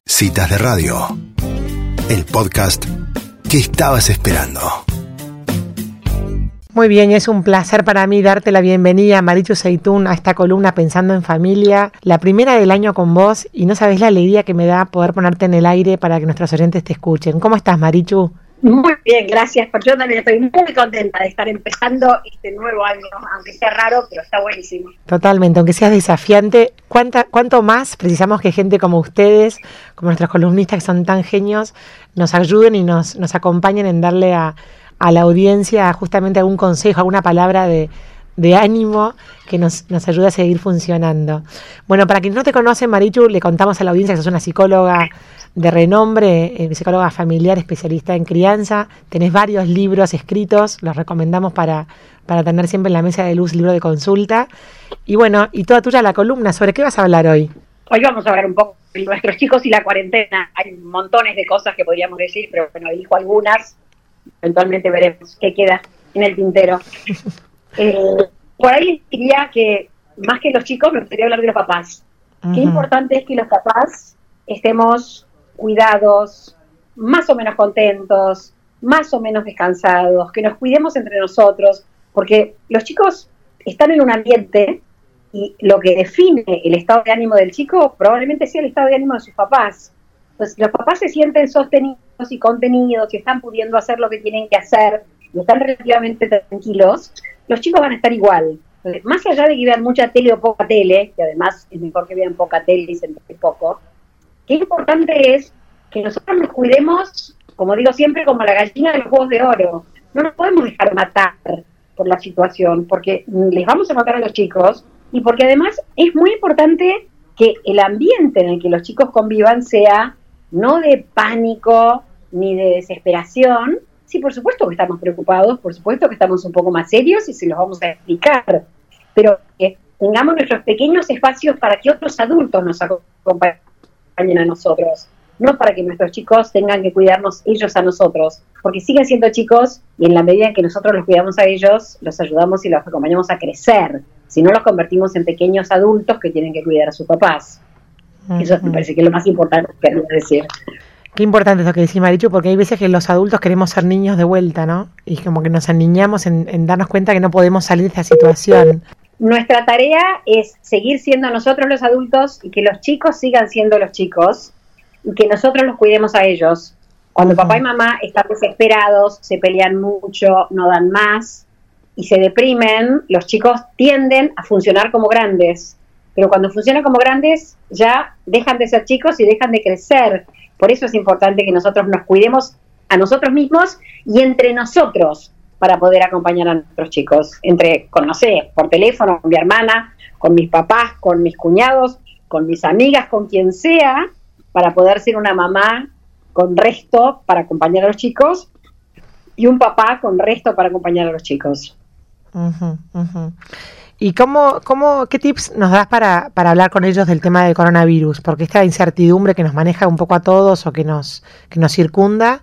Citas de Radio, el podcast que estabas esperando. Muy bien, y es un placer para mí darte la bienvenida, Marichu Seitún, a esta columna Pensando en Familia, la primera del año con vos, y no sabés la alegría que me da poder ponerte en el aire para que nuestros oyentes te escuchen. ¿Cómo estás, Marichu? Muy bien, gracias. Yo también estoy muy contenta de estar empezando este nuevo año, aunque sea raro, pero está buenísimo. Totalmente, aunque seas desafiante, ¿cuánto más precisamos que gente como ustedes, como nuestros columnistas que son tan genios, nos ayuden y nos acompañen en darle a la audiencia justamente algún consejo, alguna palabra de ánimo que nos ayude a seguir funcionando? Bueno, para quienes no te conocen, Marichu, le contamos a la audiencia que sos una psicóloga de renombre, psicóloga familiar, especialista en crianza. Tenés varios libros escritos, los recomendamos para tener siempre en la mesa de luz libro de consulta. Y bueno, y toda tuya la columna. ¿Sobre qué vas a hablar hoy? Hoy vamos a hablar un poco de nuestros chicos y la cuarentena. Hay montones de cosas que podríamos decir, pero bueno, elijo algunas. Eventualmente veremos qué queda en el tintero. Por ahí diría que, más que los chicos, me gustaría hablar de los papás. Uh-huh. Qué importante es que los papás estemos cuidados, más o menos contentos, más o menos descansados, que nos cuidemos entre nosotros, porque los chicos están en un ambiente y lo que define el estado de ánimo del chico probablemente sea el estado de ánimo de sus papás. Entonces, los papás se sienten sostenidos y contenidos y están pudiendo hacer lo que tienen que hacer y están relativamente tranquilos, los chicos van a estar igual. Entonces, más allá de que vean mucha tele o poca tele, que además es mejor que vean poca tele y se enteren poco, qué importante es que nosotros nos cuidemos, como digo siempre, como la gallina de los huevos de oro. No nos podemos dejar matar por la situación, porque les vamos a matar a los chicos, y porque además es muy importante que el ambiente en el que los chicos convivan sea no de pánico ni de desesperación. Sí, por supuesto que estamos preocupados, por supuesto que estamos un poco más serios y se los vamos a explicar, pero que tengamos nuestros pequeños espacios para que otros adultos nos acompañen a nosotros, no para que nuestros chicos tengan que cuidarnos ellos a nosotros, porque siguen siendo chicos y en la medida en que nosotros los cuidamos a ellos, los ayudamos y los acompañamos a crecer, si no los convertimos en pequeños adultos que tienen que cuidar a sus papás. Uh-huh. Eso me parece que es lo más importante que queremos decir. Qué importante eso que decís, Marichu, porque hay veces que los adultos queremos ser niños de vuelta, ¿no? Y como que nos aniñamos en darnos cuenta que no podemos salir de esta situación. Nuestra tarea es seguir siendo nosotros los adultos y que los chicos sigan siendo los chicos y que nosotros los cuidemos a ellos. Cuando papá y mamá están desesperados, se pelean mucho, no dan más y se deprimen, los chicos tienden a funcionar como grandes. Pero cuando funcionan como grandes ya dejan de ser chicos y dejan de crecer. Por eso es importante que nosotros nos cuidemos a nosotros mismos y entre nosotros para poder acompañar a nuestros chicos. Por teléfono, con mi hermana, con mis papás, con mis cuñados, con mis amigas, con quien sea, para poder ser una mamá con resto para acompañar a los chicos y un papá con resto para acompañar a los chicos. Uh-huh, uh-huh. ¿Y qué tips nos das para hablar con ellos del tema del coronavirus? Porque esta incertidumbre que nos maneja un poco a todos o que nos circunda,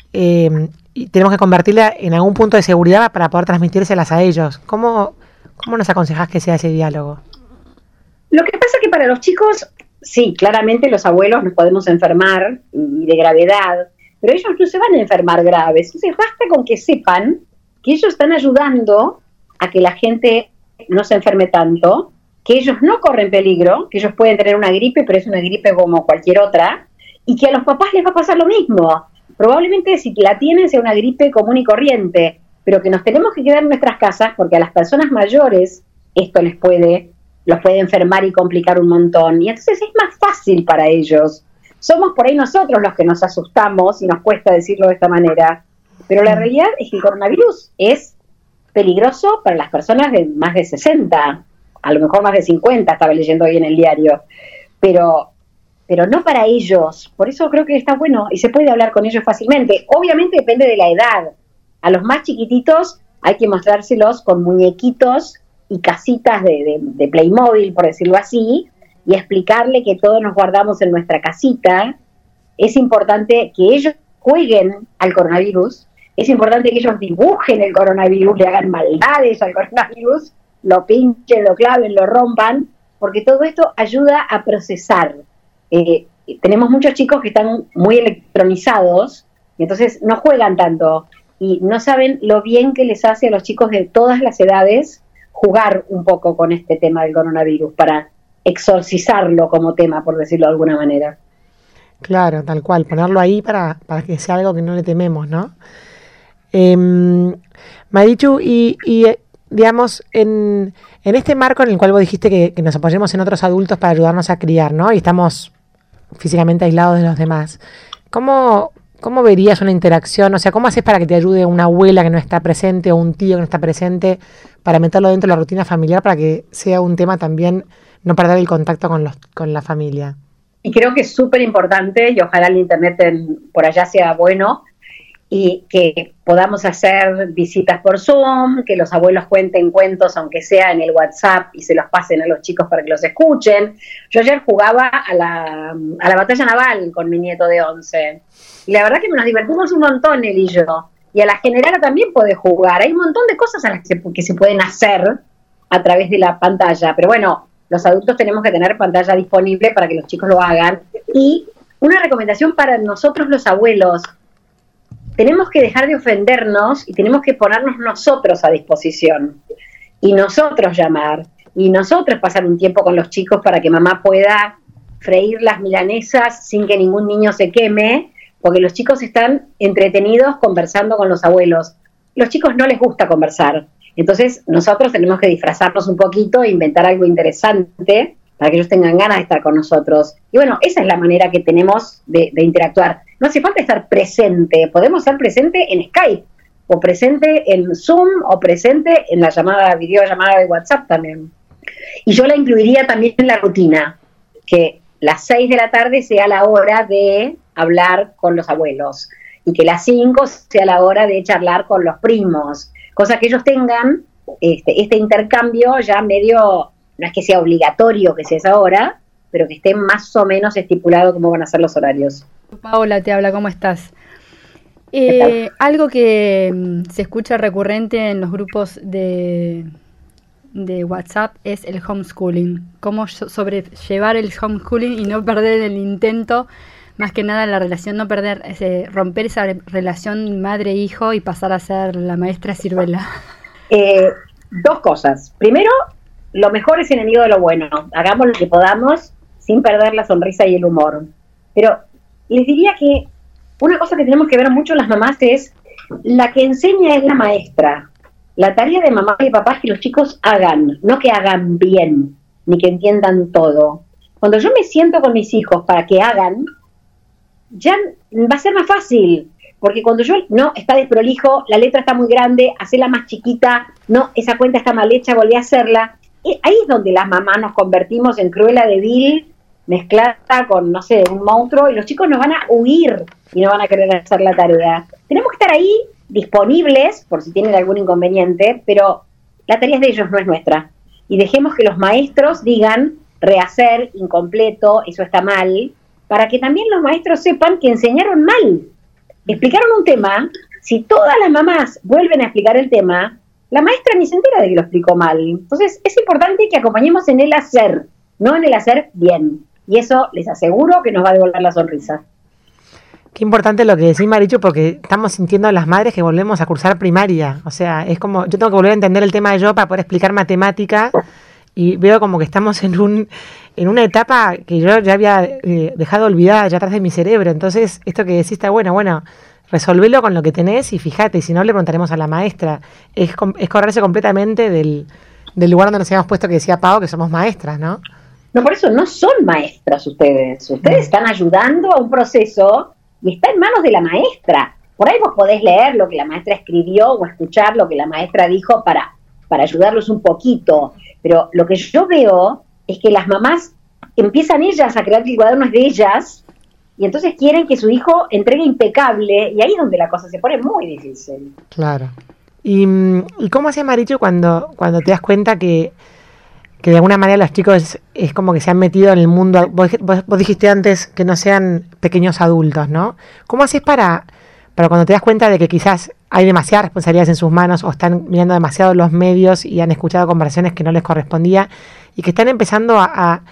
y tenemos que convertirla en algún punto de seguridad para poder transmitírselas a ellos. ¿Cómo nos aconsejás que sea ese diálogo? Lo que pasa es que para los chicos, sí, claramente los abuelos nos podemos enfermar y de gravedad, pero ellos no se van a enfermar graves. Entonces basta con que sepan que ellos están ayudando a que la gente no se enferme tanto, que ellos no corren peligro, que ellos pueden tener una gripe, pero es una gripe como cualquier otra, y que a los papás les va a pasar lo mismo. Probablemente si la tienen sea una gripe común y corriente, pero que nos tenemos que quedar en nuestras casas porque a las personas mayores esto los puede enfermar y complicar un montón. Y entonces es más fácil para ellos. Somos por ahí nosotros los que nos asustamos y nos cuesta decirlo de esta manera. Pero la realidad es que el coronavirus es peligroso para las personas de más de 60, a lo mejor más de 50, estaba leyendo hoy en el diario. Pero no para ellos. Por eso creo que está bueno y se puede hablar con ellos fácilmente. Obviamente depende de la edad. A los más chiquititos hay que mostrárselos con muñequitos y casitas de Playmobil, por decirlo así, y explicarle que todos nos guardamos en nuestra casita. Es importante que ellos jueguen al coronavirus, es importante que ellos dibujen el coronavirus, le hagan maldades al coronavirus, lo pinchen, lo claven, lo rompan, porque todo esto ayuda a procesar. tenemos muchos chicos que están muy electronizados y entonces no juegan tanto y no saben lo bien que les hace a los chicos de todas las edades jugar un poco con este tema del coronavirus para exorcizarlo como tema, por decirlo de alguna manera. Claro, tal cual, ponerlo ahí para que sea algo que no le tememos, ¿no? Marichu, digamos, en este marco en el cual vos dijiste que nos apoyemos en otros adultos para ayudarnos a criar, ¿no? Y estamos físicamente aislados de los demás. ¿Cómo verías una interacción? O sea, ¿cómo haces para que te ayude una abuela que no está presente o un tío que no está presente para meterlo dentro de la rutina familiar para que sea un tema también no perder el contacto con la familia? Y creo que es súper importante, y ojalá el internet por allá sea bueno, y que podamos hacer visitas por Zoom, que los abuelos cuenten cuentos, aunque sea en el WhatsApp, y se los pasen a los chicos para que los escuchen. Yo ayer jugaba a la batalla naval con mi nieto de 11, y la verdad que nos divertimos un montón él y yo, y a la generala también puede jugar. Hay un montón de cosas a las que se pueden hacer a través de la pantalla, pero bueno, los adultos tenemos que tener pantalla disponible para que los chicos lo hagan. Y una recomendación para nosotros los abuelos: tenemos que dejar de ofendernos y tenemos que ponernos nosotros a disposición. Y nosotros llamar. Y nosotros pasar un tiempo con los chicos para que mamá pueda freír las milanesas sin que ningún niño se queme, porque los chicos están entretenidos conversando con los abuelos. Los chicos no les gusta conversar. Entonces nosotros tenemos que disfrazarnos un poquito e inventar algo interesante para que ellos tengan ganas de estar con nosotros. Y bueno, esa es la manera que tenemos de interactuar. No hace falta estar presente, podemos ser presente en Skype, o presente en Zoom, o presente en la videollamada de WhatsApp también. Y yo la incluiría también en la rutina, que las 6 de la tarde sea la hora de hablar con los abuelos, y que las 5 sea la hora de charlar con los primos, cosa que ellos tengan este intercambio ya medio, no es que sea obligatorio que sea esa hora, pero que esté más o menos estipulado cómo van a ser los horarios. Paola te habla, ¿cómo estás? Algo que se escucha recurrente en los grupos de WhatsApp es el homeschooling. Cómo sobrellevar el homeschooling y no perder el intento, más que nada la relación, no perder, romper esa relación madre-hijo y pasar a ser la maestra Ciruela. Dos cosas. Primero, lo mejor es enemigo de lo bueno. Hagamos lo que podamos sin perder la sonrisa y el humor. Pero les diría que una cosa que tenemos que ver mucho las mamás es: la que enseña es la maestra. La tarea de mamá y papá es que los chicos hagan, no que hagan bien, ni que entiendan todo. Cuando yo me siento con mis hijos para que hagan, ya va a ser más fácil, porque cuando yo, no, está desprolijo, la letra está muy grande, hacela más chiquita, no, esa cuenta está mal hecha, volví a hacerla. Ahí es donde las mamás nos convertimos en Cruella de Vil, mezclada con, no sé, un monstruo, y los chicos nos van a huir y no van a querer hacer la tarea. Tenemos que estar ahí disponibles por si tienen algún inconveniente, pero la tarea es de ellos, no es nuestra. Y dejemos que los maestros digan rehacer, incompleto, eso está mal, para que también los maestros sepan que enseñaron mal. Explicaron un tema, si todas las mamás vuelven a explicar el tema, la maestra ni se entera de que lo explicó mal. Entonces es importante que acompañemos en el hacer, no en el hacer bien. Y eso les aseguro que nos va a devolver la sonrisa. Qué importante lo que decís, Marichu, porque estamos sintiendo las madres que volvemos a cursar primaria. O sea, es como, yo tengo que volver a entender el tema de yo para poder explicar matemática, y veo como que estamos en una etapa que yo ya había dejado olvidada ya atrás de mi cerebro. Entonces, esto que decís está bueno, resolvelo con lo que tenés y fíjate, y si no le preguntaremos a la maestra. Es correrse completamente del lugar donde nos habíamos puesto, que decía Pau, que somos maestras, ¿no? No, por eso no son maestras ustedes. Ustedes están ayudando a un proceso y está en manos de la maestra. Por ahí vos podés leer lo que la maestra escribió o escuchar lo que la maestra dijo para ayudarlos un poquito. Pero lo que yo veo es que las mamás empiezan ellas a crear que el cuaderno es de ellas, y entonces quieren que su hijo entregue impecable, y ahí es donde la cosa se pone muy difícil. Claro. ¿Y cómo hace Marichu cuando te das cuenta que de alguna manera los chicos es como que se han metido en el mundo? Vos dijiste antes que no sean pequeños adultos, ¿no? ¿Cómo haces para cuando te das cuenta de que quizás hay demasiadas responsabilidades en sus manos, o están mirando demasiado los medios y han escuchado conversaciones que no les correspondía, y que están empezando a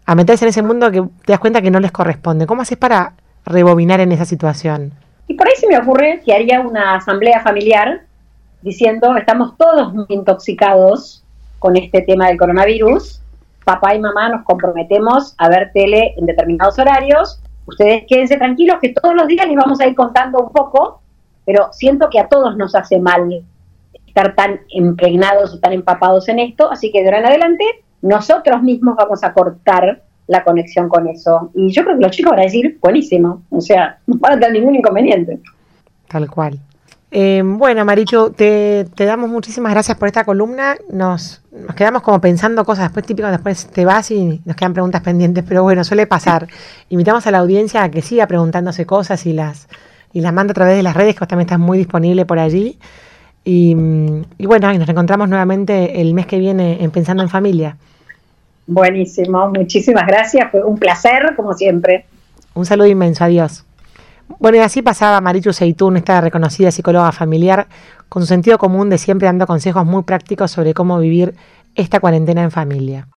a meterse en ese mundo que te das cuenta que no les corresponde. ¿Cómo haces para rebobinar en esa situación? Y por ahí se me ocurre que haría una asamblea familiar diciendo, estamos todos muy intoxicados con este tema del coronavirus, papá y mamá nos comprometemos a ver tele en determinados horarios, ustedes quédense tranquilos que todos los días les vamos a ir contando un poco, pero siento que a todos nos hace mal estar tan impregnados o tan empapados en esto, así que de ahora en adelante nosotros mismos vamos a cortar la conexión con eso. Y yo creo que los chicos van a decir, buenísimo, o sea, no van a tener ningún inconveniente. Tal cual. Bueno, Marichu, te damos muchísimas gracias por esta columna. Nos quedamos como pensando cosas, después te vas y nos quedan preguntas pendientes, pero bueno, suele pasar. Invitamos a la audiencia a que siga preguntándose cosas y las manda a través de las redes, que vos también estás muy disponible por allí. Y bueno, y nos reencontramos nuevamente el mes que viene en Pensando en Familia. Buenísimo, muchísimas gracias, fue un placer, como siempre. Un saludo inmenso, adiós. Bueno, y así pasaba Marichu Seitún, esta reconocida psicóloga familiar, con su sentido común de siempre dando consejos muy prácticos sobre cómo vivir esta cuarentena en familia.